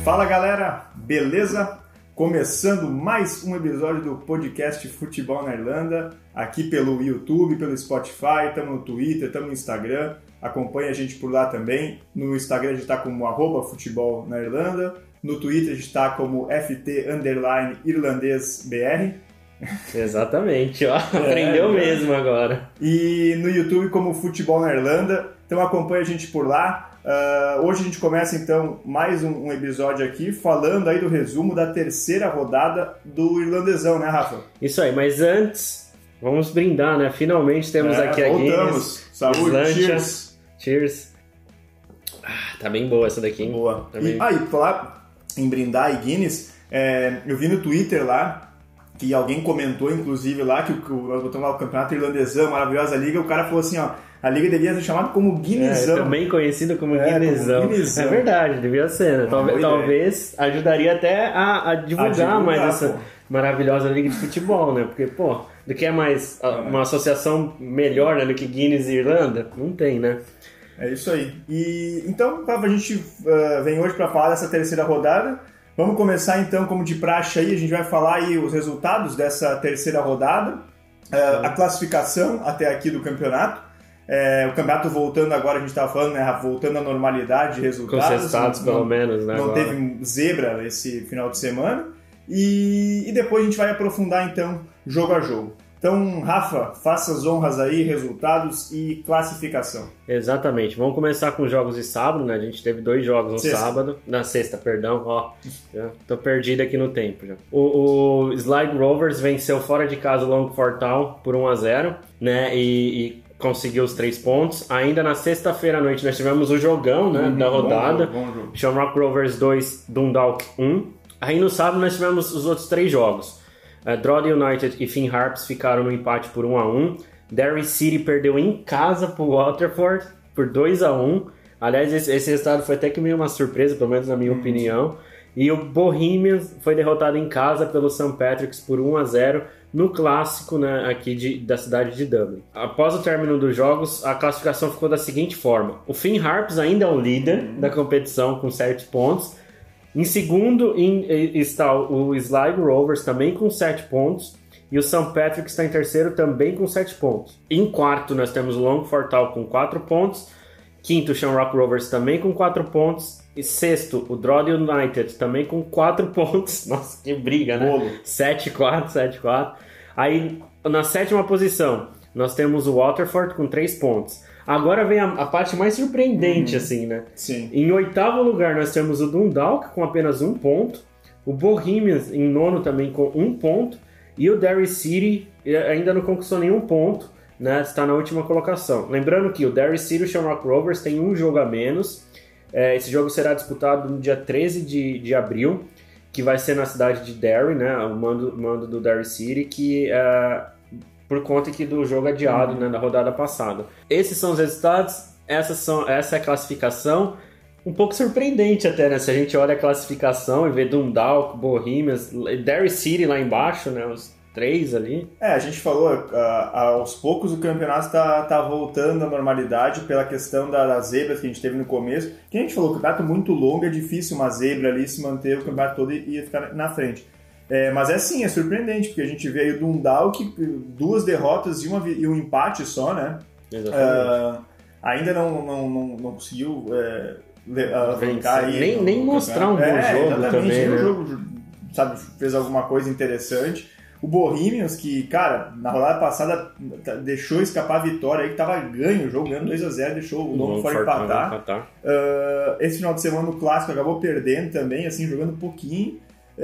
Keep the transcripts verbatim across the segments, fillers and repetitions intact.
Fala galera, beleza? Começando mais um episódio do podcast Futebol na Irlanda, aqui pelo YouTube, pelo Spotify, estamos no Twitter, estamos no Instagram, acompanha a gente por lá também. No Instagram a gente está como arroba Futebol na Irlanda, no Twitter a gente está como F T underline irlandês B R. Exatamente, ó. Aprendeu é, mesmo agora. E no YouTube como Futebol na Irlanda, então acompanha a gente por lá. Uh, hoje a gente começa então mais um, um episódio aqui falando aí do resumo da terceira rodada do Irlandesão, né, Rafa? Isso aí, mas antes vamos brindar, né? Finalmente temos é, aqui a voltamos. Guinness. Saúde, Islândia. cheers! Cheers! Ah, tá bem boa essa daqui, hein? Boa. Tá e bem... ah, e falar em brindar e Guinness, é, eu vi no Twitter lá que alguém comentou, inclusive, lá que o, nós botamos lá o Campeonato Irlandesão, maravilhosa liga, o cara falou assim, ó, a liga devia ser chamada como Guinnessão. É, também conhecido como é, Guinnessão. Guinnessão. É verdade, devia ser, né? Talvez, talvez ajudaria até a, a, divulgar, a divulgar mais pô. essa maravilhosa liga de futebol, né? Porque, pô, do que é mais é. uma associação melhor, né, do que Guinness e Irlanda? Não tem, né? É isso aí. E então, a gente uh, vem hoje para falar dessa terceira rodada. Vamos começar então, como de praxe aí, a gente vai falar aí os resultados dessa terceira rodada, uh, a classificação até aqui do campeonato, uh, o campeonato voltando agora, a gente estava falando, né, voltando à normalidade de resultados. Concestados não, pelo não, menos, né? Não agora. teve zebra esse final de semana, e, e depois a gente vai aprofundar então, jogo a jogo. Então, Rafa, faça as honras aí, resultados e classificação. Exatamente. Vamos começar com os jogos de sábado, né? A gente teve dois jogos no sexta. sábado. Na sexta, perdão. Ó, já tô perdido aqui no tempo já. O, o Sligo Rovers venceu fora de casa o Longford Town por um a zero, né? E, e conseguiu os três pontos. Ainda na sexta-feira à noite nós tivemos o jogão, né? Uhum, da rodada. Bom jogo, bom jogo. Shamrock Rovers dois, Dundalk um. Aí no sábado nós tivemos os outros três jogos. Uh, Drogheda United e Finn Harps ficaram no empate por um a um. Derry City perdeu em casa para o Waterford por dois a um. Aliás, esse, esse resultado foi até que meio uma surpresa, pelo menos na minha hum. opinião. E o Bohemians foi derrotado em casa pelo Saint Patrick's por um a zero no clássico, né, aqui de, da cidade de Dublin. Após o término dos jogos, a classificação ficou da seguinte forma. O Finn Harps ainda é o líder hum. da competição com sete pontos. Em segundo em, está o Sligo Rovers também com sete pontos e o Saint Patrick's está em terceiro também com sete pontos. Em quarto nós temos o Longford Town com quatro pontos, quinto o Shamrock Rovers também com quatro pontos e sexto o Drogheda United também com quatro pontos. Nossa, que briga, né? Bolo. sete a quatro, sete a quatro. Aí na sétima posição nós temos o Waterford com três pontos. Agora vem a, a parte mais surpreendente, uhum. assim, né? Sim. Em oitavo lugar, nós temos o Dundalk com apenas um ponto. O Bohemians em nono também com um ponto. E o Derry City ainda não conquistou nenhum ponto, né? Está na última colocação. Lembrando que o Derry City e o Shamrock Rovers têm um jogo a menos. É, esse jogo será disputado no dia treze de, de abril, que vai ser na cidade de Derry, né? O mando, mando do Derry City, que... É, por conta aqui do jogo adiado, uhum. né, da rodada passada. Esses são os resultados, essas são, essa é a classificação. Um pouco surpreendente até, né? Se a gente olha a classificação e vê Dundalk, Bohemians, Derry City lá embaixo, né? Os três ali. É, a gente falou, uh, aos poucos o campeonato está tá voltando à normalidade pela questão da, das zebras que a gente teve no começo. Que a gente falou, o campeonato é muito longo, é difícil uma zebra ali se manter o campeonato todo e, e ficar na frente. É, mas é sim, é surpreendente, porque a gente vê aí o Dundalk, duas derrotas e, uma, e um empate só, né? Exatamente. Uh, ainda não, não, não, não conseguiu é, arrancar aí. Nem, no, nem no mostrar um bom é, jogo exatamente, também, né? O jogo, sabe, fez alguma coisa interessante. O Bohemians, que, cara, na rodada passada deixou escapar a vitória aí, que tava ganho o jogo, ganhando dois a zero, deixou o Longford empatar. empatar. Uh, esse final de semana o Clássico acabou perdendo também, assim, jogando um pouquinho.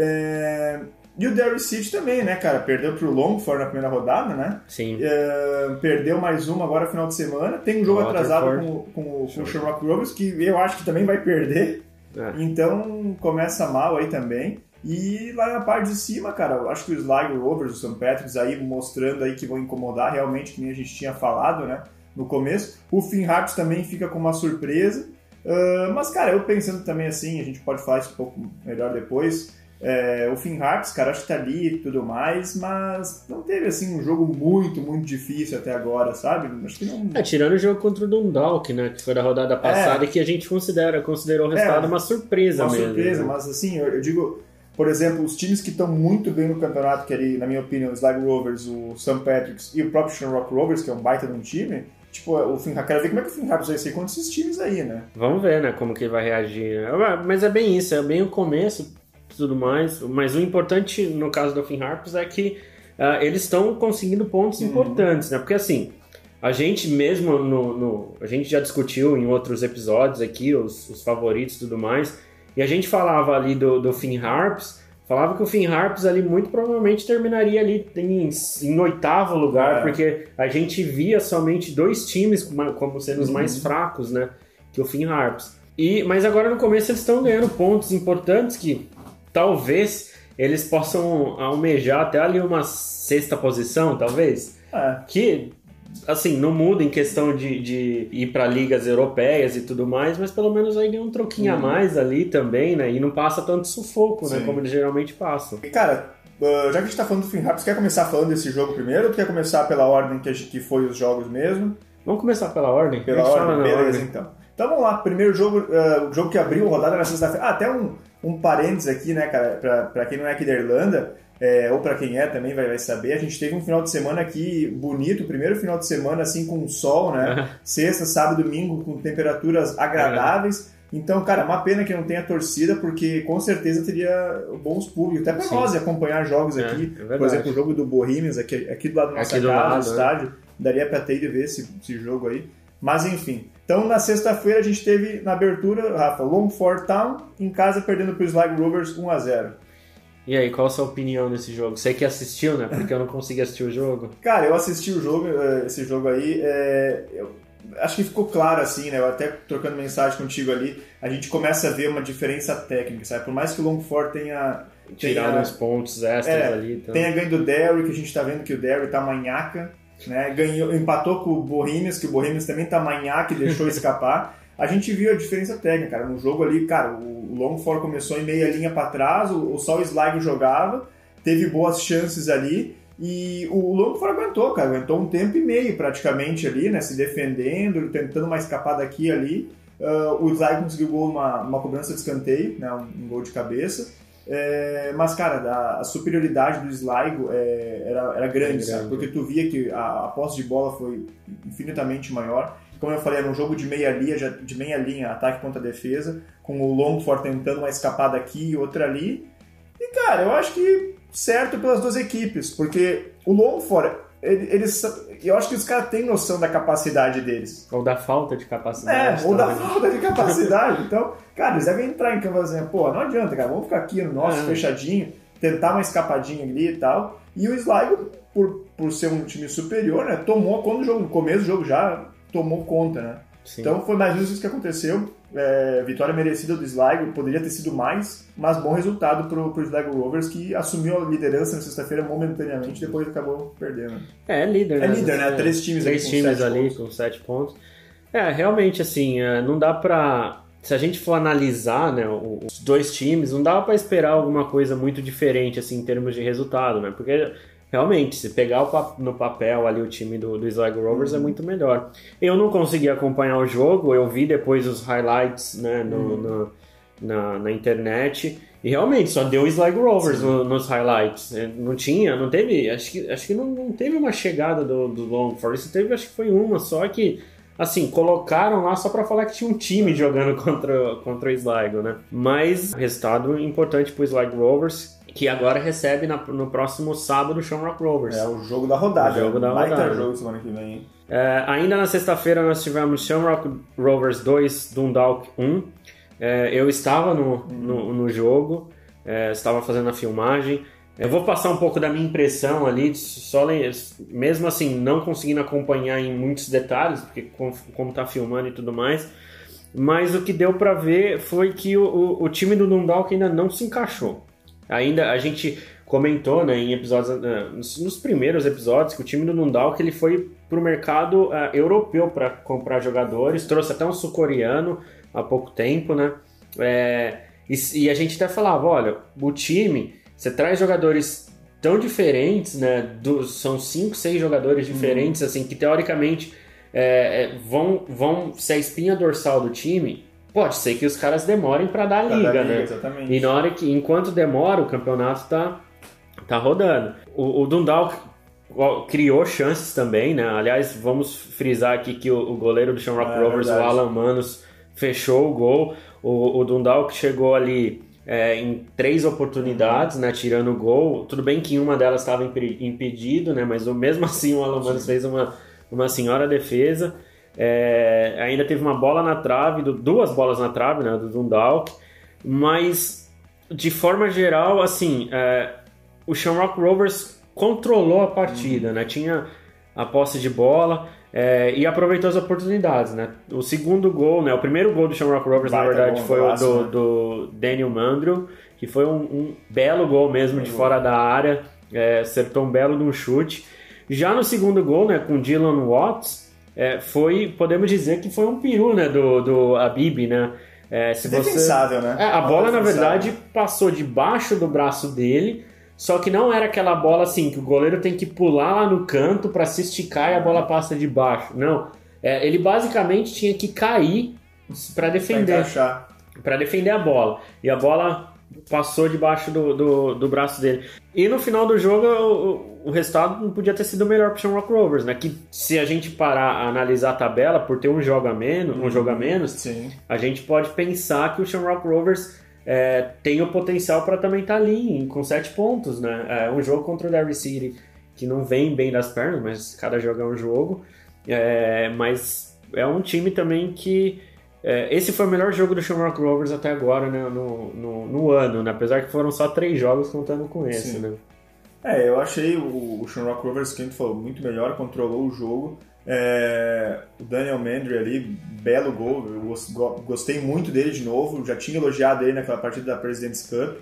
É... E o Derry City também, né, cara? Perdeu pro Longford na primeira rodada, né? Sim. É... Perdeu mais uma agora no final de semana. Tem um jogo atrasado com, com, com o Shamrock Rovers, que eu acho que também vai perder. É. Então começa mal aí também. E lá na parte de cima, cara, eu acho que o Sligo Rovers, o Saint Patrick's aí mostrando aí que vão incomodar realmente, que nem a gente tinha falado, né, no começo. O Finn Harps também fica com uma surpresa. Uh, mas, cara, eu pensando também assim, a gente pode falar isso um pouco melhor depois. É, o Finn Harps, cara, acho que tá ali e tudo mais, mas não teve, assim, um jogo muito, muito difícil até agora, sabe? Acho que não... É, tirando o jogo contra o Dundalk, né, que foi da rodada passada, é. e que a gente considera, considerou o resultado é, uma surpresa uma mesmo. Uma surpresa, né? Mas assim, eu, eu digo, por exemplo, os times que estão muito bem no campeonato, que ali, na minha opinião, o Sligo Rovers, o Saint Patrick's e o próprio Shamrock Rovers, que é um baita de um time, tipo, o Finn Harps, quero ver como é que o Finn Harps vai ser contra esses times aí, né? Vamos ver, né, como que ele vai reagir. Mas é bem isso, é bem o começo, tudo mais, mas o importante no caso do Finn Harps é que uh, eles estão conseguindo pontos uhum. importantes, né? Porque assim, a gente mesmo no, no, a gente já discutiu em outros episódios aqui os, os favoritos e tudo mais, e a gente falava ali do, do Finn Harps, falava que o Finn Harps ali muito provavelmente terminaria ali em, em oitavo lugar, é. porque a gente via somente dois times como, como sendo os uhum. mais fracos, né? Que o Finn Harps. E, mas agora no começo eles estão ganhando pontos importantes que talvez eles possam almejar até ali uma sexta posição, talvez. É. Que, assim, não muda em questão de, de ir para ligas europeias e tudo mais, mas pelo menos aí ganha um troquinho hum. a mais ali também, né? E não passa tanto sufoco, Sim. né? Como eles geralmente passam. E, cara, já que a gente tá falando do Finn Harps, quer começar falando desse jogo primeiro ou tu quer começar pela ordem que, a gente, que foi os jogos mesmo? Vamos começar pela ordem? Pela ordem, beleza, ordem. então. Então vamos lá, primeiro jogo, uh, o jogo que abriu a rodada na sexta-feira. Ah, até um, um parênteses aqui, né, cara, pra, pra quem não é aqui da Irlanda, é, ou pra quem é também vai, vai saber, a gente teve um final de semana aqui bonito, o primeiro final de semana assim com sol, né, sexta, sábado, domingo, com temperaturas agradáveis. Então, cara, uma pena que não tenha torcida, porque com certeza teria bons públicos, até pra Sim. nós acompanhar jogos é, aqui, é por exemplo, o jogo do Bohemians, aqui, aqui do lado da nossa aqui casa, no estádio, né? Daria pra ter ido ver esse, esse jogo aí. Mas enfim, então na sexta-feira a gente teve na abertura, Rafa, Longford Town em casa perdendo para o Sligo Rovers um a zero. E aí, qual a sua opinião nesse jogo? Você que assistiu, né? Porque eu não consegui assistir o jogo. Cara, eu assisti o jogo, esse jogo aí, é, eu acho que ficou claro assim, né? Eu até trocando mensagem contigo ali, a gente começa a ver uma diferença técnica, sabe? Por mais que o Longford tenha... Tirado uns pontos extras é, ali. Então. Tenha ganho do Derry, que a gente tá vendo que o Derry tá manhaca. Né, ganhou, empatou com o Bohemians, que o Bohemians também tá manhaca e deixou escapar. A gente viu a diferença técnica, cara. No jogo ali, cara, o Longford começou em meia linha para trás, o, só o Sligo jogava, teve boas chances ali e o Longford aguentou, cara. Aguentou um tempo e meio praticamente ali, né, se defendendo, tentando uma escapada aqui e ali. Uh, o Sligo conseguiu gol numa, numa cobrança de escanteio, né, um, um gol de cabeça. É, mas, cara, a, a superioridade do Sligo é, era, era grande, sabe? Porque tu via que a, a posse de bola foi infinitamente maior. Como eu falei, era um jogo de meia linha, de meia linha, ataque contra defesa, com o Longford tentando uma escapada aqui e outra ali. E, cara, eu acho que certo pelas duas equipes, porque o Longford, eles, eu acho que os caras têm noção da capacidade deles. Ou da falta de capacidade. É, ou da falta de capacidade. Então, cara, eles devem entrar em campo e dizer, pô, não adianta, cara, vamos ficar aqui no nosso é. fechadinho, tentar uma escapadinha ali e tal. E o Sligo, por, por ser um time superior, né, tomou, quando o jogo, no começo do jogo já tomou conta, né? Sim. Então foi mais ou menos isso que aconteceu. É, vitória merecida do Sligo, poderia ter sido mais, mas bom resultado pro, pro Sligo Rovers, que assumiu a liderança na sexta-feira momentaneamente, depois acabou perdendo. É, é líder, né? É líder, né? Três times, Três ali, com times sete ali pontos. com sete pontos. É, realmente, assim, não dá pra... Se a gente for analisar, né, os dois times, não dá pra esperar alguma coisa muito diferente, assim, em termos de resultado, né? Porque... Realmente, se pegar no papel ali o time do, do Sligo Rovers uhum. é muito melhor. Eu não consegui acompanhar o jogo, eu vi depois os highlights, né, no, uhum. no, na, na internet, e realmente só deu o Sligo Rovers no, nos highlights. Não tinha, não teve, acho que, acho que não, não teve uma chegada do, do Longford, isso teve, acho que foi uma, só que, assim, colocaram lá só pra falar que tinha um time jogando contra, contra o Sligo, né? Mas, resultado importante pro Sligo Rovers, que agora recebe na, no próximo sábado o Shamrock Rovers. É o jogo da rodada. O jogo da Vai rodada. ter jogo semana que vem. É, ainda na sexta-feira nós tivemos Shamrock Rovers dois, Dundalk um. É, eu estava no, hum. no, no jogo, é, estava fazendo a filmagem. Eu vou passar um pouco da minha impressão ali, só, mesmo assim, não conseguindo acompanhar em muitos detalhes, porque como está filmando e tudo mais, mas o que deu para ver foi que o, o, o time do Dundalk ainda não se encaixou. Ainda a gente comentou, né, em episódios, uh, nos, nos primeiros episódios, que o time do Dundalk ele foi para o mercado uh, europeu para comprar jogadores, trouxe até um sul-coreano há pouco tempo, né? É, E, e a gente até falava, olha, o time, você traz jogadores tão diferentes, né? Do, são cinco, seis jogadores diferentes, uhum. assim, que teoricamente é, é, vão, vão ser a espinha dorsal do time. Pode ser que os caras demorem para dar a liga, liga, né? Exatamente. E na hora que, enquanto demora, o campeonato tá, tá rodando. O, o Dundalk criou chances também, né? Aliás, vamos frisar aqui que o, o goleiro do Shamrock é, Rovers, é o Alan Manos, fechou o gol. O, o Dundalk chegou ali é, em três oportunidades, uhum. né? Tirando o gol. Tudo bem que uma delas estava impedido, né? Mas mesmo assim o Alan Manos fez uma, uma senhora defesa. É, ainda teve uma bola na trave, duas bolas na trave, né, do Dundalk, mas de forma geral, assim, é, o Shamrock Rovers controlou a partida, uhum. né, tinha a posse de bola é, e aproveitou as oportunidades, né. O segundo gol, né, o primeiro gol do Shamrock Rovers, Vai, na verdade, bom, foi o do, né? do Daniel Mandrew, que foi um, um belo gol mesmo uhum. de fora da área, é, acertou um belo num chute. Já no segundo gol, né, com Dylan Watts, É, foi, podemos dizer que foi um peru, né, do, do Habib, né? É, se defensável, você... né? É, a bola, na verdade, passou debaixo do braço dele, só que não era aquela bola assim, que o goleiro tem que pular lá no canto para se esticar e a bola passa debaixo. Não. É, ele basicamente tinha que cair para defender. Para defender a bola. E a bola passou debaixo do, do, do braço dele. E no final do jogo, o, o resultado não podia ter sido melhor para o Shamrock Rovers, né? Que se a gente parar a analisar a tabela, por ter um jogo a menos, um jogo a menos, Sim. a gente pode pensar que o Shamrock Rovers é, tem o potencial para também estar tá ali, com sete pontos, né? É um jogo contra o Derry City que não vem bem das pernas, mas cada jogo é um jogo. É, mas é um time também que... É, esse foi o melhor jogo do Shamrock Rovers até agora, né, no, no, no ano, né? Apesar que foram só três jogos contando com esse, Sim. né? É, eu achei o, o Shamrock Rovers, que a gente falou, muito melhor, controlou o jogo. É, o Daniel Mandry ali, belo gol, eu gostei muito dele de novo, já tinha elogiado ele naquela partida da President's Cup.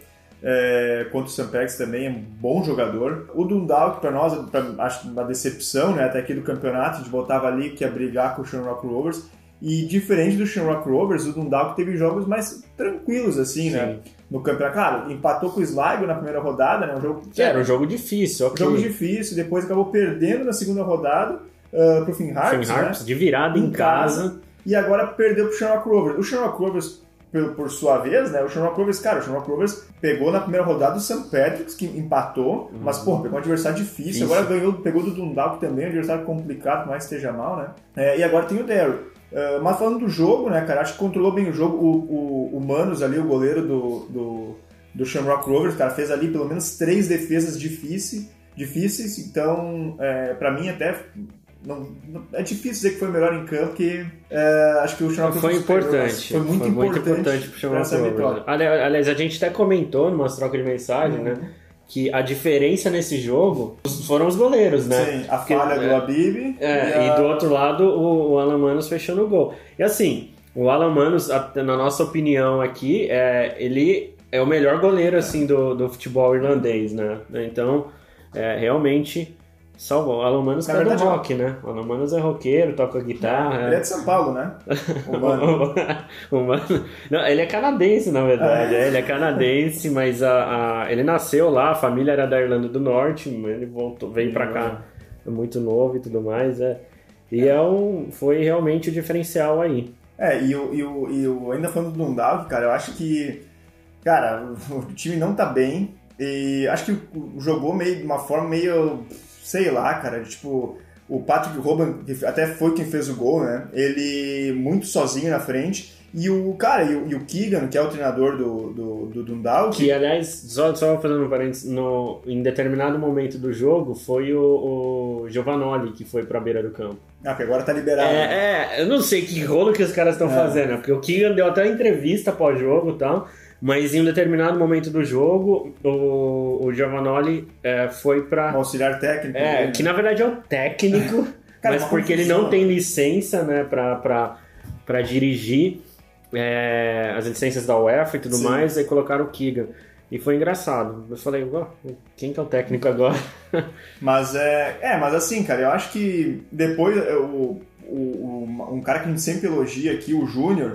É, contra o Saint Pags também é um bom jogador. O Dundalk, para nós, pra, acho uma decepção, né, até aqui do campeonato, a gente botava ali que ia brigar com o Shamrock Rovers. E diferente do Shamrock Rovers, o Dundalk teve jogos mais tranquilos, assim, Sim. né? No campeonato. Claro, empatou com o Sligo na primeira rodada, né? Um jogo, é, era um jogo difícil. Okay. Um jogo difícil, depois acabou perdendo na segunda rodada uh, pro Finn Harps, Finn Harps, né? de virada em, em casa. casa. E agora perdeu pro Shamrock Rovers. O Shamrock Rovers, por, por sua vez, né? O Shamrock Rovers, cara, o Shamrock Rovers pegou na primeira rodada o Saint Patrick's, que empatou, uhum. mas, pô, pegou um adversário difícil. difícil. Agora ganhou, pegou do Dundalk também, um adversário complicado, por mais que esteja mal, né? É, e agora tem o Derry. Uh, mas falando do jogo, né, cara, acho que controlou bem o jogo. O, o, o Manos ali, o goleiro do, do, do Shamrock Rovers, cara, fez ali pelo menos três defesas difíceis, difíceis então, é, pra mim até não, não, é difícil dizer que foi o melhor em campo, porque é, acho que o Shamrock foi Rovers importante, foi muito foi importante, muito importante pro Shamrock Rovers. Aliás, a gente até comentou numa troca de mensagem, uhum. né, que a diferença nesse jogo foram os goleiros, né? Sim, a falha Porque, do Habib. É, e, a... e do outro lado, o, o Alan Manos fechando o gol. E assim, o Alan Manos, na nossa opinião aqui, é, ele é o melhor goleiro assim, do, do futebol irlandês, né? Então, é, realmente... Salvou. O Alan Manos é do rock, né? O Alan Manos é roqueiro, toca guitarra. Ele é de São Paulo, né? O Mano. o Mano. Não, ele é canadense, na verdade. É. Ele é canadense, mas a, a, ele nasceu lá, a família era da Irlanda do Norte, ele voltou, veio pra cá muito novo e tudo mais. É. E é. É um, foi realmente o diferencial aí. É, e o, e o, e o ainda falando do Dundalk, cara, eu acho que, cara, o time não tá bem e acho que jogou meio de uma forma meio... Sei lá, cara, tipo, o Patrick Hoban, que até foi quem fez o gol, né? Ele muito sozinho na frente. E o, cara, e o, e o Keegan, que é o treinador do, do, do Dundalk... Que, aliás, só, só fazendo um parênteses, no, em determinado momento do jogo, foi o, o Giovanoli que foi pra beira do campo. Ah, que agora tá liberado. É, né? é eu não sei que rolo que os caras estão é. fazendo, porque o Keegan deu até entrevista pós-jogo e tal... Mas em um determinado momento do jogo, o, o Giovanoli é, foi para... Um auxiliar técnico. É, dele. Que na verdade é o técnico, Cara, mas porque ele não tem licença, né, para dirigir é, as licenças da UEFA e tudo Sim. mais, aí colocaram o Keegan. E foi engraçado. Eu falei, oh, quem que é o técnico agora? Mas é, é, mas assim, cara, eu acho que depois o, o, um cara que a gente sempre elogia aqui, o Júnior,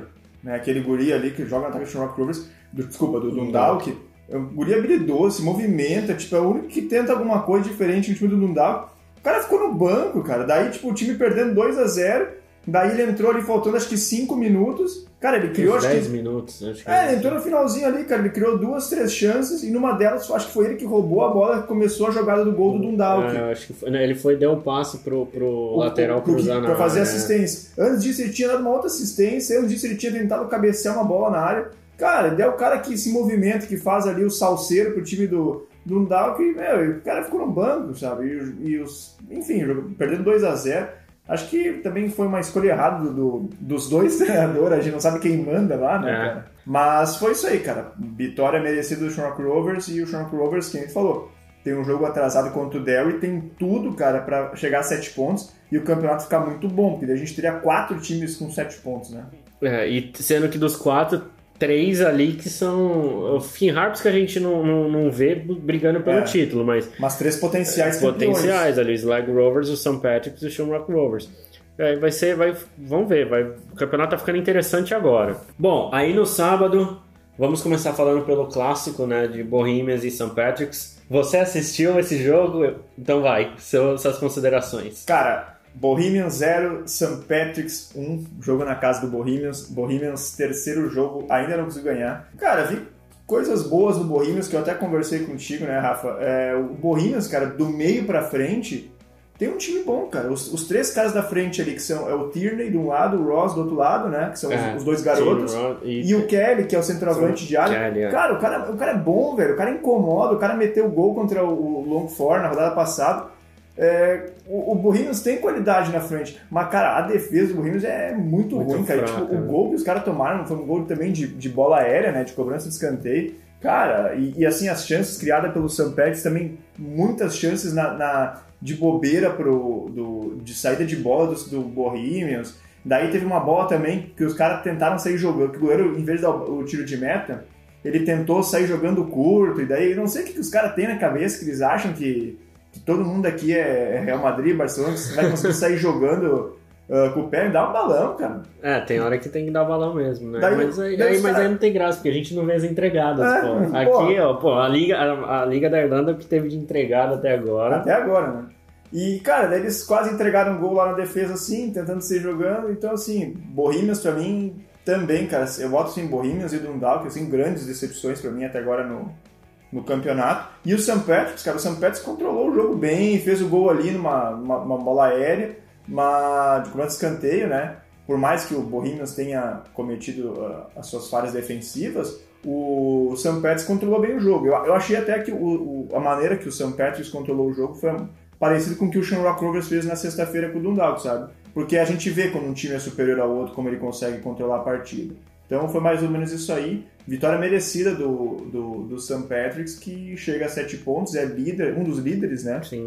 né? Aquele guri ali que joga no ataque do Shamrock Rovers, do, desculpa, do Dundalk, é um guri habilidoso, se movimenta, tipo, é o único que tenta alguma coisa diferente no time do Dundalk. O cara ficou no banco, cara, daí tipo o time perdendo dois a zero, daí ele entrou ali faltando acho que cinco minutos, cara, ele criou acho dez que... minutos, acho que É, ele entrou no finalzinho ali, cara, ele criou duas, três chances e numa delas acho que foi ele que roubou a bola e começou a jogada do gol do Dundalk. É, acho que foi, né, ele foi, deu um passe pro, pro o, lateral pro, cruzar na pra fazer área. assistência. Antes disso ele tinha dado uma outra assistência, antes disso ele tinha tentado cabecear uma bola na área. Cara, ele é o cara que se movimenta, que faz ali o salseiro pro time do do Dundalk, e, meu, o cara ficou no banco, sabe? E, e os, enfim, perdendo dois a zero. Acho que também foi uma escolha errada do, do, dos dois treinadores, a gente não sabe quem manda lá, né, é. cara? Mas foi isso aí, cara. Vitória merecida do Shamrock Rovers, e o Shamrock Rovers, quem a gente falou, tem um jogo atrasado contra o Derry, tem tudo, cara, pra chegar a sete pontos e o campeonato ficar muito bom, porque daí a gente teria quatro times com sete pontos, né? É, e sendo que dos quatro, três ali que são o Finn Harps, que a gente não, não, não vê brigando pelo é, título, mas... Mas três potenciais é, Potenciais ali, o Slag Rovers, o Saint Patrick's e o Shamrock Rovers. É, vai ser, vai, vamos ver, vai, o campeonato tá ficando interessante agora. Bom, aí no sábado, vamos começar falando pelo clássico, né, de Bohemians e Saint Patrick's. Você assistiu esse jogo? Então vai, seu, suas considerações. Cara... Bohemians zero, Saint Patrick's um, jogo na casa do Bohemians. Bohemians, terceiro jogo, ainda não conseguiu ganhar. Cara, vi coisas boas do Bohemians, que eu até conversei contigo, né, Rafa? É, o Bohemians, cara, do meio pra frente, tem um time bom, cara. Os, os três caras da frente ali, que são é o Tierney de um lado, o Ross do outro lado, né? Que são é, os, os dois garotos. E... e o Kelly, que é o centroavante de área. Kelly, é. Cara, o cara, o cara é bom, velho. O cara incomoda. O cara meteu o gol contra o, o Longford na rodada passada. É, o, o Bohemians tem qualidade na frente, mas, cara, a defesa do Bohemians é muito, muito ruim, cara. Fraca, tipo, o gol que os caras tomaram foi um gol também de, de bola aérea, né? De cobrança de escanteio. Cara, e, e assim, as chances criadas pelo Saint Patrick's também, muitas chances na, na, de bobeira pro, do, de saída de bola do, do Bohemians. Daí teve uma bola também que os caras tentaram sair jogando, que o goleiro, em vez de dar o, o tiro de meta, ele tentou sair jogando curto, e daí não sei o que, que os caras têm na cabeça, que eles acham que que todo mundo aqui é Real Madrid, Barcelona, você vai conseguir sair jogando uh, com o pé e dar um balão, cara. É, tem hora que tem que dar balão mesmo, né? Daí, mas aí, aí, mas aí não tem graça, porque a gente não vê as entregadas, é, pô. Aqui, ó, pô, a Liga, a, a Liga da Irlanda que teve de entregada até agora. Até agora, né? E, cara, daí eles quase entregaram um gol lá na defesa, assim, tentando sair jogando. Então, assim, Bohemians pra mim também, cara, eu voto assim, Bohemians e Dundalk, assim, grandes decepções pra mim até agora no... no campeonato. E o Saint Patrick's, cara, o Saint Patrick's controlou o jogo bem, fez o gol ali numa uma, uma bola aérea, uma, de cobrança de escanteio, né? Por mais que o Bohemians tenha cometido uh, as suas falhas defensivas, o Saint Patrick's controlou bem o jogo. Eu, eu achei até que o, o, a maneira que o Saint Patrick's controlou o jogo foi parecido com o que o Shamrock Rovers fez na sexta-feira com o Dundalk, sabe? Porque a gente vê quando um time é superior ao outro, como ele consegue controlar a partida. Então foi mais ou menos isso aí. Vitória merecida do, do, do Saint Patrick's, que chega a sete pontos, é líder, um dos líderes, né? Sim.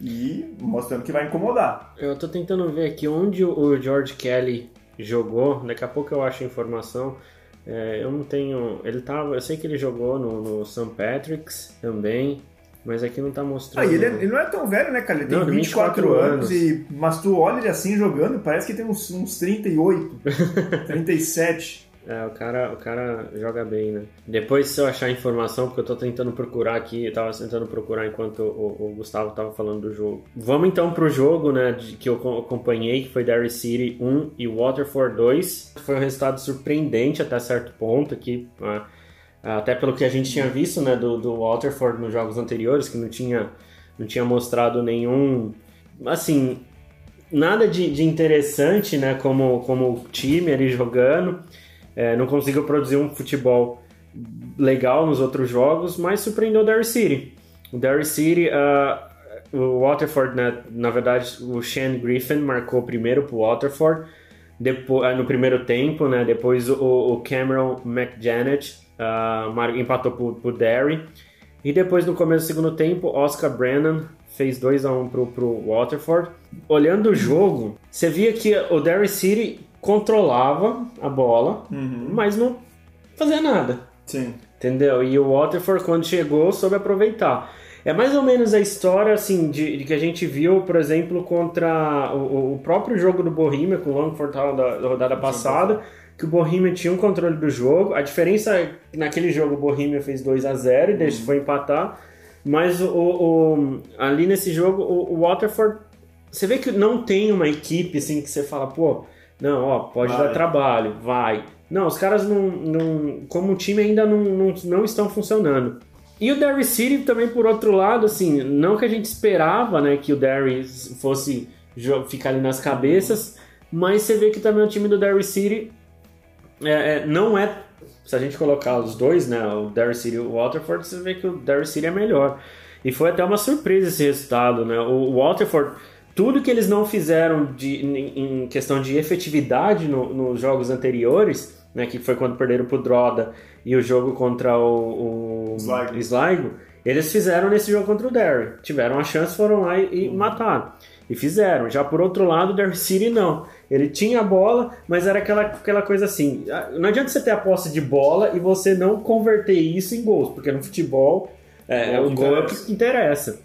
E mostrando que vai incomodar. Eu tô tentando ver aqui onde o George Kelly jogou. Daqui a pouco eu acho a informação. É, eu não tenho... Ele tava, eu sei que ele jogou no, no Saint Patrick's também, mas aqui não tá mostrando... Ah, ele, é, ele não é tão velho, né, cara? Ele tem não, vinte e quatro anos, e, mas tu olha ele assim jogando, parece que tem uns, uns trinta e oito, trinta e sete... É, o cara, o cara joga bem, né? Depois, se eu achar a informação, porque eu tô tentando procurar aqui, eu tava tentando procurar enquanto o, o Gustavo tava falando do jogo. Vamos então pro jogo, né, de, que eu acompanhei, que foi Derry City um e Waterford dois. Foi um resultado surpreendente até certo ponto aqui, né? Até pelo que a gente tinha visto, né, do, do Waterford nos jogos anteriores, que não tinha, não tinha mostrado nenhum, assim, nada de, de interessante, né, como, como time ali jogando. É, não conseguiu produzir um futebol legal nos outros jogos, mas surpreendeu o Derry City. O Derry City, uh, o Waterford, né, na verdade, o Shane Griffin marcou primeiro para o Waterford, depois, uh, no primeiro tempo, né, depois o, o Cameron McJanet uh, empatou para o Derry, e depois no começo do segundo tempo, Oscar Brennan fez dois a um para o Waterford. Olhando o jogo, você via que o Derry City controlava a bola, uhum. mas não fazia nada. Sim. Entendeu? E o Waterford, quando chegou, soube aproveitar. É mais ou menos a história assim, de, de que a gente viu, por exemplo, contra o, o próprio jogo do Bohemia, com o Longford da, da rodada passada, que o Bohemia tinha um controle do jogo. A diferença é que naquele jogo o Bohemia fez dois a zero e uhum. deixou foi empatar. Mas o, o, ali nesse jogo o, o Waterford, você vê que não tem uma equipe assim que você fala, pô, não, ó, pode vai. dar trabalho, vai. Não, os caras não, não como time ainda não, não, não estão funcionando. E o Derry City também, por outro lado, assim, não que a gente esperava, né, que o Derry fosse ficar ali nas cabeças, mas você vê que também o time do Derry City é, é, não é, se a gente colocar os dois, né, o Derry City e o Waterford, você vê que o Derry City é melhor. E foi até uma surpresa esse resultado, né, o Waterford, tudo que eles não fizeram de, em, em questão de efetividade no, nos jogos anteriores, né, que foi quando perderam pro Droda e o jogo contra o, o Sligo. Sligo, eles fizeram nesse jogo contra o Derry. Tiveram a chance, foram lá e, e mataram. E fizeram. Já por outro lado, o Derry City não. Ele tinha a bola, mas era aquela, aquela coisa assim. Não adianta você ter a posse de bola e você não converter isso em gols, porque no futebol é, é o gol é o que interessa.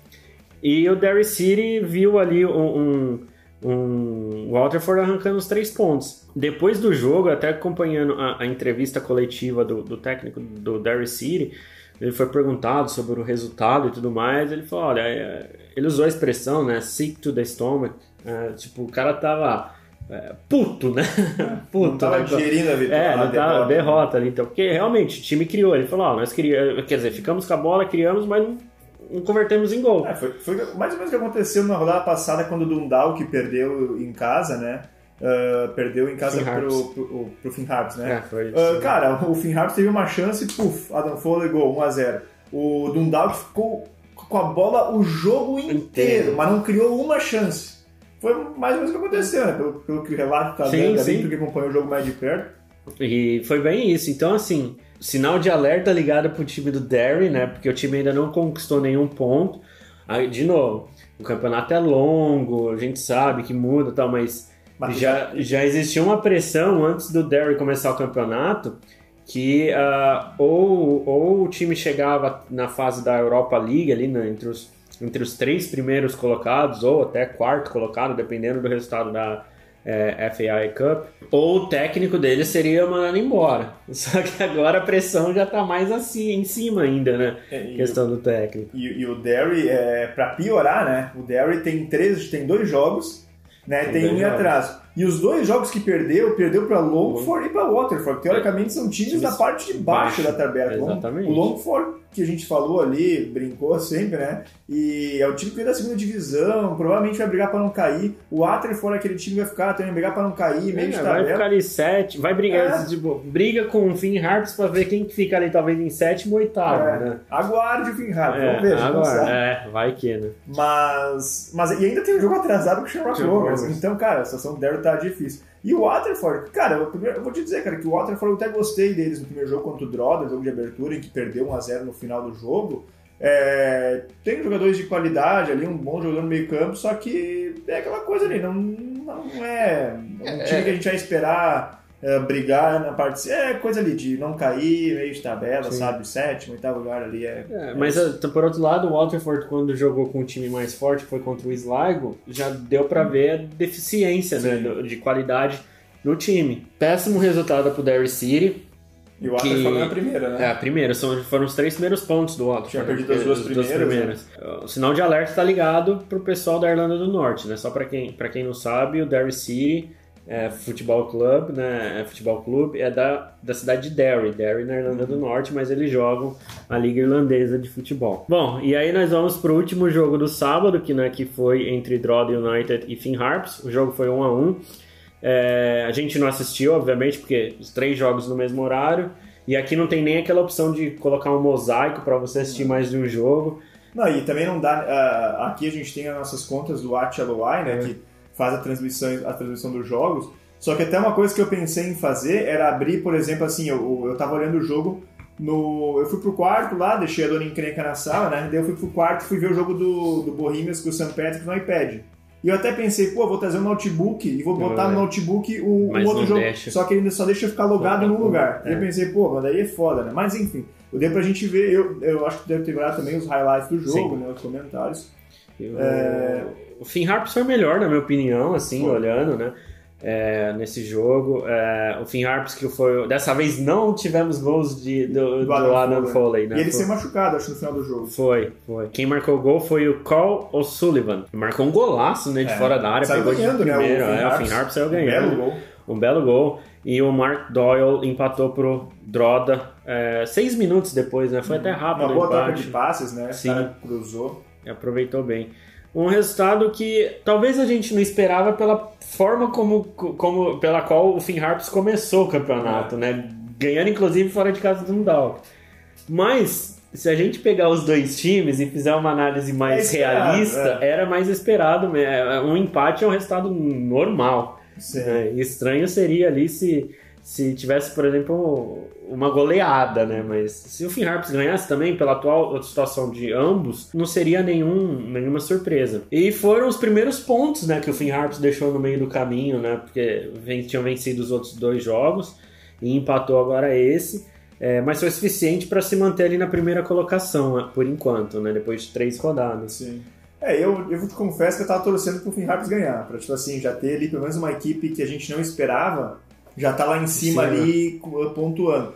E o Derry City viu ali um... um Um, o Waterford arrancando os três pontos. Depois do jogo, até acompanhando a, a entrevista coletiva do, do técnico do Derry City, ele foi perguntado sobre o resultado e tudo mais. Ele falou: olha, ele usou a expressão, né? Sick to the stomach. É, tipo, o cara tava é, puto, né? puto. Não tava né? digerindo a vitória. É, não tava derrota, derrota ali. Então, porque realmente o time criou. Ele falou: ó, nós queríamos, quer dizer, ficamos com a bola, criamos, mas não. não convertemos em gol. É, foi, foi mais ou menos o que aconteceu na rodada passada quando o Dundalk perdeu em casa, né? Uh, perdeu em casa pro, pro, pro Finn Harps, né? É, foi isso, uh, cara, o Finn Harps teve uma chance, puf, Adam Foley gol, um a zero. O Dundalk ficou com a bola o jogo inteiro, inteiro, mas não criou uma chance. Foi mais ou menos o que aconteceu, né? Pelo, pelo que o relato tá dando ali, porque acompanhou o jogo mais de perto. E foi bem isso. Então, assim, sinal de alerta ligado pro time do Derry, né? Porque o time ainda não conquistou nenhum ponto. Aí, de novo, o campeonato é longo, a gente sabe que muda e tal, mas, mas já, já existia uma pressão antes do Derry começar o campeonato que uh, ou, ou o time chegava na fase da Europa League ali, né, entre, os, entre os três primeiros colocados ou até quarto colocado, dependendo do resultado da É, F A I Cup, ou o técnico dele seria mandado embora. Só que agora a pressão já tá mais assim, em cima ainda, né? É, questão o, do técnico. E, e o Derry, é, pra piorar, né? O Derry tem três, tem dois jogos, né? Tem, tem um em atraso. E os dois jogos que perdeu, perdeu pra Longford e pra Waterford. Teoricamente são times da parte de baixo, baixo da tabela. Exatamente. O Longford, que a gente falou ali, brincou sempre, né? E é o time que veio da segunda divisão, provavelmente vai brigar pra não cair. O Waterford é aquele time que vai ficar também, brigar pra não cair, meio é, de tabela. Vai ficar ali sete, vai brigar, é. tipo, briga com o Finn Harps pra ver quem fica ali talvez em sétimo ou oitavo, é. né? Aguarde o Finn Harps, é, vamos ver. Aguarde, é, vai que, né? Mas, mas, e ainda tem um jogo atrasado com o Shamrock Rovers, então, cara, a situação do Derry tá difícil. E o Waterford, cara, eu, primeiro, eu vou te dizer, cara, que o Waterford eu até gostei deles no primeiro jogo contra o Drogheda, jogo de abertura, em que perdeu um a zero no final do jogo. É, tem jogadores de qualidade ali, um bom jogador no meio campo, só que é aquela coisa ali, não, não é um time que a gente vai esperar é, brigar na parte... É coisa ali de não cair, meio de tabela, Sim. sabe? Sétimo, oitavo lugar ali. É, é, é mas isso. Por outro lado, o Waterford, quando jogou com um time mais forte, foi contra o Sligo, já deu pra ver a deficiência né, de qualidade no time. Péssimo resultado pro Derry City. E o Waterford é a primeira, né? É, a primeira. São, foram os três primeiros pontos do Waterford. Tinha perdido as duas primeiras. Duas primeiras. Né? O sinal de alerta está ligado pro pessoal da Irlanda do Norte, né? Só para quem, pra quem não sabe, o Derry City é, Futebol Club, né? É, Futebol Clube é da, da cidade de Derry. Derry na Irlanda do Norte, mas eles jogam a Liga Irlandesa de Futebol. Bom, e aí nós vamos pro último jogo do sábado, que, né, que foi entre Drogheda United e Finn Harps. O jogo foi um a um. É, a gente não assistiu, obviamente, porque os três jogos no mesmo horário. E aqui não tem nem aquela opção de colocar um mosaico para você assistir mais de um jogo. Não, e também não dá... Uh, aqui a gente tem as nossas contas do Watch L O I, né? É. Que faz a transmissão, a transmissão dos jogos. Só que até uma coisa que eu pensei em fazer era abrir, por exemplo, assim, eu, eu tava olhando o jogo no... Eu fui pro quarto lá, deixei a dona encrenca na sala, né? Daí eu fui pro quarto e fui ver o jogo do, do Bohemians com o Saint Patrick no iPad. E eu até pensei, pô, vou trazer um notebook e vou botar no notebook o, o outro jogo. Deixa. Só que ele só deixa eu ficar logado num lugar. É. E eu pensei, pô, mas daí é foda, né? Mas enfim, deu pra gente ver, eu, eu acho que deve ter olhado também os highlights do jogo, né? Os comentários. Eu, é... O Finn Harps foi melhor, na minha opinião, assim, foi. olhando, né? É, nesse jogo, é, o Finn Harps, que foi, dessa vez não tivemos gols de, do, do, do Adam, Adam Foley, né? E ele foi, ser machucado, acho, no final do jogo. Foi, foi. Quem marcou o gol foi o Cole O'Sullivan. Marcou um golaço, né, de é, fora da área. Saiu pegou ganhando, de primeiro, né? O Finn Harps, é, Harps saiu ganhando. Um belo gol. Um belo gol. E o Mark Doyle empatou pro Droda é, seis minutos depois, né? Foi hum, até rápido. Uma boa troca de passes, né? Sim. O cara cruzou. E aproveitou bem. Um resultado que talvez a gente não esperava pela forma como, como pela qual o Finn Harps começou o campeonato, é. né? Ganhando inclusive fora de casa do Dundalk. Mas se a gente pegar os dois times e fizer uma análise mais é realista, é. era mais esperado. Um empate é um resultado normal. Né? Estranho seria ali se, se tivesse, por exemplo, uma goleada, né? Mas se o Finn Harps ganhasse também, pela atual situação de ambos, não seria nenhum, nenhuma surpresa. E foram os primeiros pontos, né, que o Finn Harps deixou no meio do caminho, né? Porque tinham vencido os outros dois jogos e empatou agora esse. É, mas foi suficiente para se manter ali na primeira colocação, por enquanto, né? Depois de três rodadas. Sim. É, eu, eu te confesso que eu tava torcendo pro Finn Harps ganhar, pra, tipo assim, já ter ali pelo menos uma equipe que a gente não esperava, já tá lá em cima Sim, ali, né? pontuando.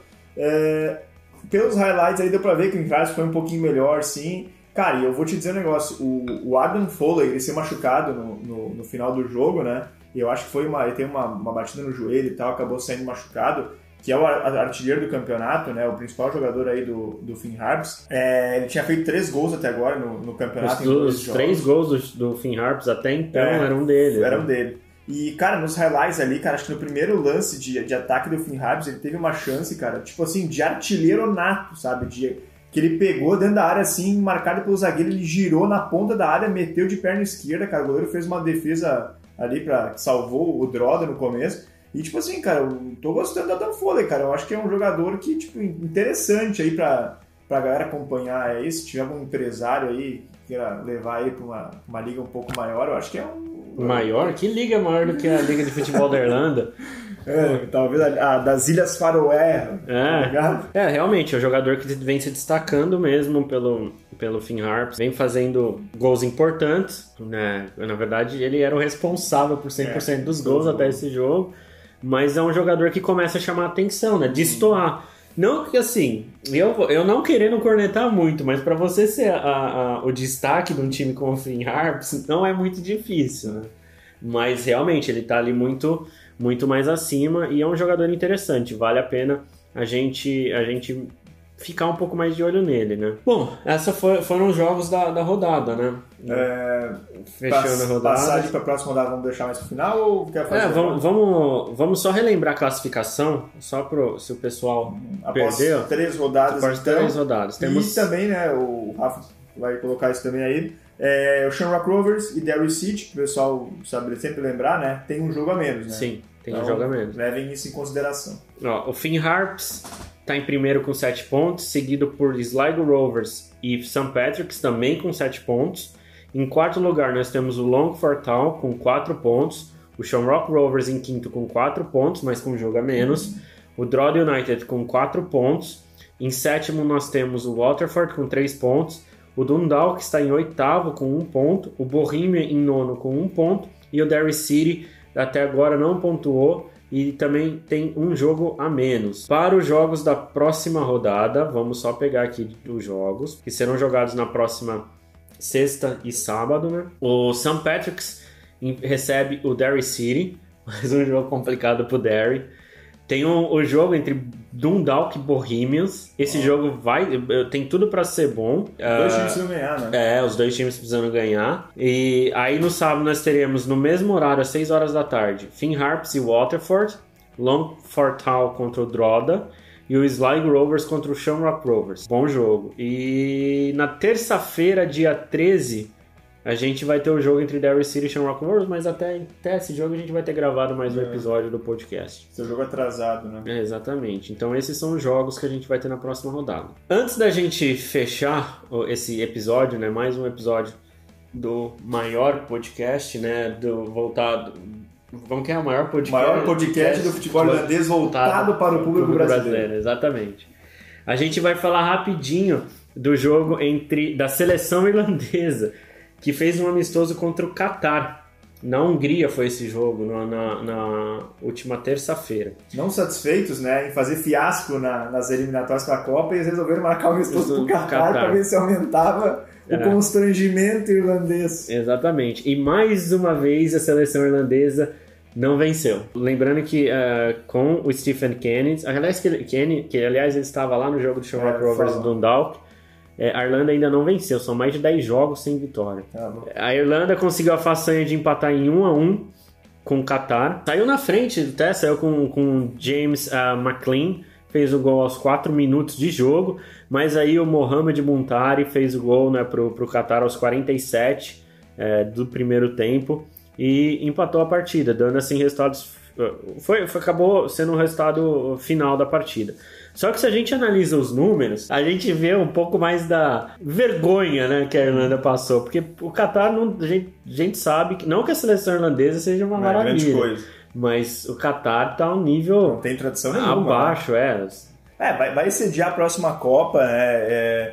É, pelos highlights aí deu pra ver que o Finn Harps foi um pouquinho melhor, sim. Cara, e eu vou te dizer um negócio, o, o Adam Foley, ele ser machucado no, no, no final do jogo, né, e eu acho que foi uma, ele teve uma, uma batida no joelho e tal, acabou saindo machucado, que é o artilheiro do campeonato, né, o principal jogador aí do, do Finn Harps. É, ele tinha feito três gols até agora no, no campeonato. Os, em dois os jogos. três gols do, do Finn Harps até então é, eram dele. Eram né? dele. E, cara, nos highlights ali, cara, acho que no primeiro lance de, de ataque do Finn Harps, ele teve uma chance, cara, tipo assim, de artilheiro nato, sabe? De, que ele pegou dentro da área, assim, marcado pelo zagueiro, ele girou na ponta da área, meteu de perna esquerda, cara, o goleiro fez uma defesa ali pra, que salvou o Droda no começo. E, tipo assim, cara, eu tô gostando do Adam Foley, cara. Eu acho que é um jogador que, tipo, interessante aí pra, pra galera acompanhar aí. Se tiver algum empresário aí que queira levar aí pra uma, uma liga um pouco maior, eu acho que é um... Maior? Que liga é maior do que a Liga de Futebol da Irlanda? É, talvez a, a das Ilhas Faroé. É, tá é, realmente, é um jogador que vem se destacando mesmo pelo, pelo Finn Harps. Vem fazendo gols importantes, né? Na verdade, ele era o responsável por cem por cento é, dos gols até esse jogo. Mas é um jogador que começa a chamar a atenção, né? Destoar. Não que assim, eu, eu não querendo cornetar muito, mas para você ser a, a, o destaque de um time como o Finn Harps, não é muito difícil, né? Mas realmente ele tá ali muito, muito mais acima e é um jogador interessante. Vale a pena a gente, a gente ficar um pouco mais de olho nele, né? Bom, esses foi, foram os jogos da, da rodada, né? É, Fechando pass, a rodada. Passagem para a próxima rodada, vamos deixar mais pro final ou quer fazer? É, vamos, vamos, vamos só relembrar a classificação, só pro, se o pessoal após perdeu. três rodadas, após então. três rodadas. Temos... E também, né, o Rafa vai colocar isso também aí, é, o Shamrock Rovers e Derry City, que o pessoal sabe sempre lembrar, né, tem um jogo a menos, né? Sim, tem então, um jogo a menos. Levem isso em consideração. Ó, o Finn Harps está em primeiro com sete pontos, seguido por Sligo Rovers e Saint Patrick's também com sete pontos. Em quarto lugar nós temos o Longford Town com quatro pontos, o Shamrock Rovers em quinto com quatro pontos, mas com um jogo a menos, o Drogheda United com quatro pontos, em sétimo nós temos o Waterford com três pontos, o Dundalk está em oitavo com um ponto, o Bohemia em nono com um ponto e o Derry City até agora não pontuou e também tem um jogo a menos. Para os jogos da próxima rodada, vamos só pegar aqui os jogos que serão jogados na próxima sexta e sábado, né? O Saint Patrick's recebe o Derry City, mais um jogo complicado pro Derry. Tem o, o jogo entre Dundalk e Bohemians. Esse oh. jogo vai, tem tudo para ser bom. Os uh, dois times precisam ganhar, né? É, os dois times precisam ganhar. E aí no sábado nós teremos no mesmo horário, às seis horas da tarde, Finn Harps e Waterford, Longford Town contra o Drogheda e o Sligo Rovers contra o Shamrock Rovers. Bom jogo. E na terça-feira, dia treze, a gente vai ter o jogo entre Derry City e Shamrock Rovers, mas até, até esse jogo a gente vai ter gravado mais um episódio do podcast. Seu jogo atrasado, né? É, exatamente. Então esses são os jogos que a gente vai ter na próxima rodada. Antes da gente fechar esse episódio, né, mais um episódio do maior podcast, né, do voltado... Como que é o maior podcast? Maior podcast do futebol irlandês voltado para o público brasileiro. brasileiro. Exatamente. A gente vai falar rapidinho do jogo entre da seleção irlandesa, que fez um amistoso contra o Catar. Na Hungria foi esse jogo, na, na, na última terça-feira. Não satisfeitos, né, em fazer fiasco na, nas eliminatórias da Copa, eles resolveram marcar um amistoso pro Qatar para ver se aumentava o é. constrangimento irlandês. Exatamente. E mais uma vez a seleção irlandesa não venceu. Lembrando que uh, com o Stephen Kenny, aliás, que, Kenny, que aliás ele estava lá no jogo do Shamrock é, Rovers e Dundalk, é, a Irlanda ainda não venceu, são mais de dez jogos sem vitória. Ah, a Irlanda conseguiu a façanha de empatar em um a um com o Qatar. Saiu na frente, até saiu com, com James uh, McLean, fez o gol aos quatro minutos de jogo, mas aí o Mohamed Muntari fez o gol, né, pro, pro Qatar aos quarenta e sete é, do primeiro tempo e empatou a partida, dando assim resultados. Foi, foi, acabou sendo o resultado final da partida. Só que se a gente analisa os números, a gente vê um pouco mais da vergonha, né, que a Irlanda passou. Porque o Qatar, não, a, gente, a gente sabe que não que a seleção irlandesa seja uma não maravilha, é grande coisa. Mas o Qatar tá um nível não tem tradição nenhuma, abaixo, né? é. É, vai, vai sediar a próxima Copa, né? É,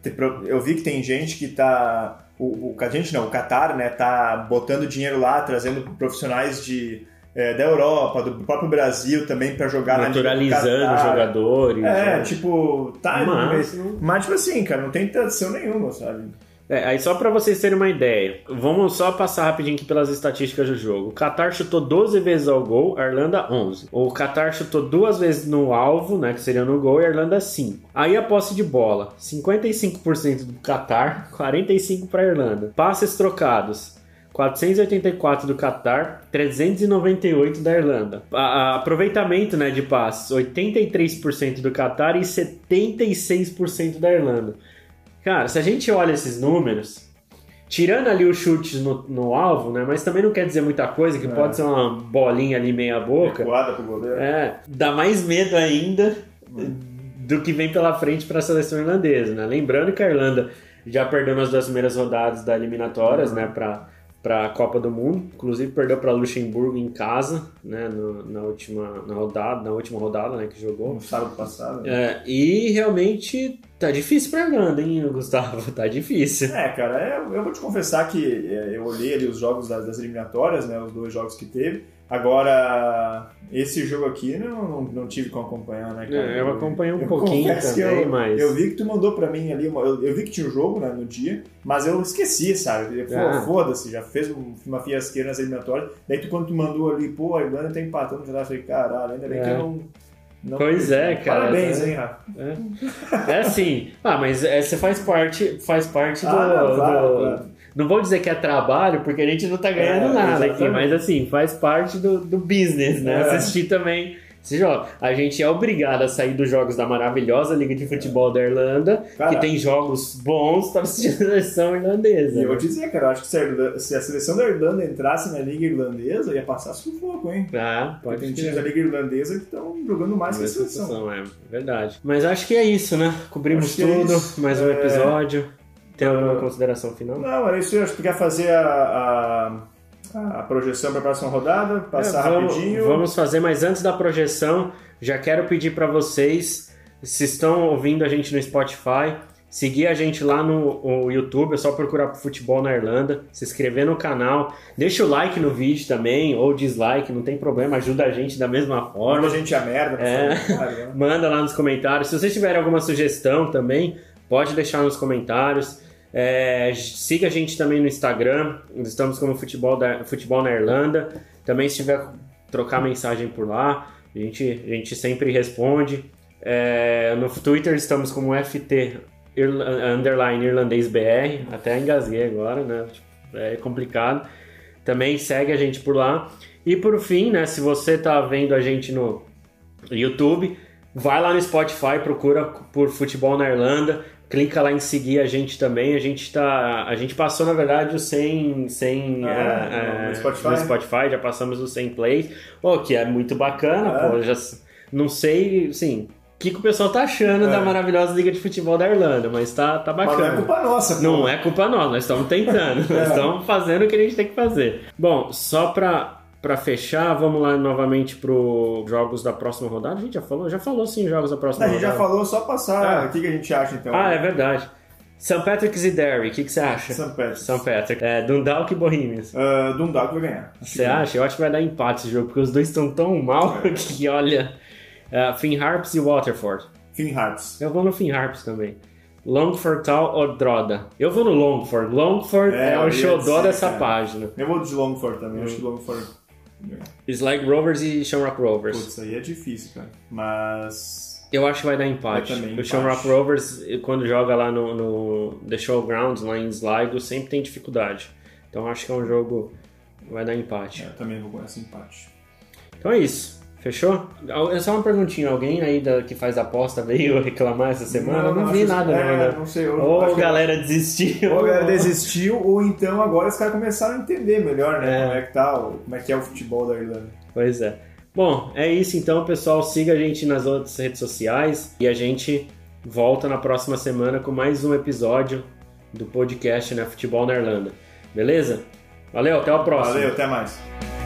eu vi que tem gente que tá... O, o, a gente não, o Qatar, né, tá botando dinheiro lá, trazendo profissionais de... É, da Europa, do próprio Brasil também pra jogar naturalizando na Liga do Qatar. Jogadores. É, né? tipo, tá, mas, mas tipo assim, cara, não tem tradição nenhuma, sabe? É, aí só pra vocês terem uma ideia, vamos só passar rapidinho aqui pelas estatísticas do jogo. O Qatar chutou doze vezes ao gol, a Irlanda onze. O Qatar chutou duas vezes no alvo, né, que seria no gol, e a Irlanda cinco. Aí a posse de bola, cinquenta e cinco por cento do Qatar, quarenta e cinco por cento pra Irlanda. Passes trocados, quatrocentos e oitenta e quatro do Qatar, trezentos e noventa e oito da Irlanda. A, a aproveitamento, né, de passes, oitenta e três por cento do Qatar e setenta e seis por cento da Irlanda. Cara, se a gente olha esses números, tirando ali os chutes no, no alvo, né, mas também não quer dizer muita coisa, que é. pode ser uma bolinha ali meia boca. Recuada pro goleiro. É, dá mais medo ainda hum. do que vem pela frente para a seleção irlandesa, né? Lembrando que a Irlanda já perdeu nas duas primeiras rodadas da eliminatórias, hum. né, para para a Copa do Mundo, inclusive perdeu para Luxemburgo em casa, né, no, na última na rodada, na última rodada, né, que jogou no sábado passado. Né? É, e realmente tá difícil para a Irlanda, hein, Gustavo, tá difícil. É, cara, é, eu vou te confessar que eu olhei ali os jogos das, das eliminatórias, né, os dois jogos que teve. Agora, esse jogo aqui não, não, não tive como acompanhar, né, cara? É, eu acompanhei um eu pouquinho também, eu, mas... Eu vi que tu mandou pra mim ali, eu, eu vi que tinha um jogo, né, no dia, mas eu esqueci, sabe? Pô, ah. Foda-se, já fez uma fiasqueira nas eliminatórias. Daí tu, quando tu mandou ali, pô, a Irlanda tá empatando, eu falei, caralho, ainda bem é. que eu não... Não, pois é, cara. Parabéns, é, hein, Rafa? É, é assim. Ah, mas é, você faz parte, faz parte do, ah, não, claro, do... claro. Não vou dizer que é trabalho, porque a gente não tá ganhando é, nada exatamente. Aqui, mas assim, faz parte do, do business, né? É. Assistir também esse jogo. A gente é obrigado a sair dos jogos da maravilhosa Liga de Futebol da Irlanda, cara, que tem jogos bons para assistir a seleção irlandesa. E né? eu vou te dizer, cara, eu acho que se a, Irlanda, se a seleção da Irlanda entrasse na Liga Irlandesa, ia passar sufoco, hein? Ah, pode Tem times da Liga Irlandesa que estão jogando mais que a seleção. seleção. É verdade. Mas acho que é isso, né? Cobrimos tudo, é mais um é... episódio. Tem alguma uh, consideração final? Não, era isso. Acho que tu quer fazer a, a, a projeção para a próxima rodada, passar é, vamos, rapidinho. Vamos fazer, mas antes da projeção, já quero pedir para vocês, se estão ouvindo a gente no Spotify, seguir a gente lá no, no YouTube, é só procurar por Futebol na Irlanda, se inscrever no canal, deixa o like no vídeo também, ou dislike, não tem problema, ajuda a gente da mesma forma. Manda a gente a merda. É, né? Manda lá nos comentários. Se vocês tiverem alguma sugestão também, pode deixar nos comentários. É, siga a gente também no Instagram, estamos como Futebol, da, Futebol na Irlanda. Também se tiver trocar mensagem por lá, a gente, a gente sempre responde. É, no Twitter estamos como F T underline irlandês B R, até engasguei agora, né? É complicado. Também segue a gente por lá. E por fim, né, se você tá vendo a gente no YouTube, vai lá no Spotify, procura por Futebol na Irlanda. Clica lá em seguir a gente também. A gente tá, a gente passou, na verdade, o cem, cem ah, é, no, Spotify. no Spotify, já passamos os cem plays, oh, que é muito bacana, ah. pô, já não sei, assim, o que, que o pessoal tá achando é. da maravilhosa Liga de Futebol da Irlanda, mas tá, tá bacana. Mas não é culpa nossa, pô. Não é culpa nossa, nós estamos tentando, é. nós estamos fazendo o que a gente tem que fazer. Bom, só pra... Para fechar, vamos lá novamente para os jogos da próxima rodada. A gente já falou? Já falou sim, jogos da próxima a rodada. A gente já falou, só passar. O que, que a gente acha então? Ah, é verdade. Saint Patrick's e Derry, o que, que você acha? Saint Patrick's. Saint Patrick. É, Dundalk e Bohemians. Uh, Dundalk vai ganhar. Você acha? Eu acho que vai dar empate esse jogo, porque os dois estão tão mal é. que, olha... Uh, Finn Harps e Waterford. Finn Harps. Eu vou no Finn Harps também. Longford Tal ou Droda? Eu vou no Longford. Longford é, é o xodó dessa cara. página. Eu vou de Longford também. Hum. Acho que Longford... Sligo Rovers e Shamrock Rovers. Putz, aí é difícil, cara. Mas... Eu acho que vai dar empate. Também, o empate. Shamrock Rovers, quando joga lá no, no The Showgrounds, lá em Sligo, sempre tem dificuldade. Então acho que é um jogo que vai dar empate. É, eu também vou com esse empate. Então é isso. Fechou? É só uma perguntinha. Alguém aí da, que faz aposta veio reclamar essa semana? Não, não, não vi nada, é, não, né? Não sei. Eu, ou a galera que... desistiu. Ou a galera desistiu, ou então agora os caras começaram a entender melhor, né? É. Como é que tá, como é que é o futebol da Irlanda. Pois é. Bom, é isso então, pessoal. Siga a gente nas outras redes sociais e a gente volta na próxima semana com mais um episódio do podcast, né, Futebol na Irlanda. Beleza? Valeu, até o próximo. Valeu, até mais.